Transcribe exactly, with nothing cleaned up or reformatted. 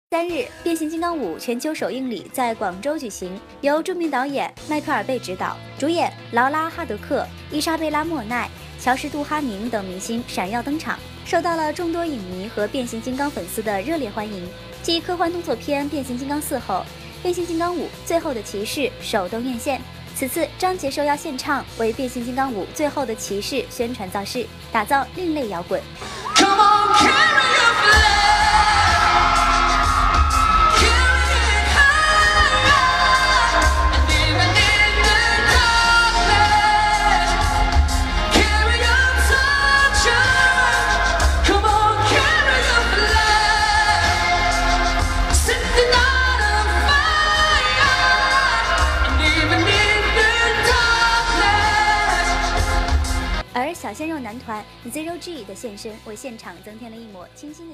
三日，变形金刚五全球首映礼在广州举行，由著名导演迈克尔贝执导，主演劳拉哈德克、伊莎贝拉莫奈、乔什杜哈宁等明星闪耀登场，受到了众多影迷和变形金刚粉丝的热烈欢迎。继科幻动作片《变形金刚四》后，《变形金刚五：最后的骑士》首登院线。此次张杰受邀献唱，为《变形金刚五：最后的骑士》宣传造势，打造另类摇滚。而小鲜肉男团 Zero G 的现身，为现场增添了一抹清新的。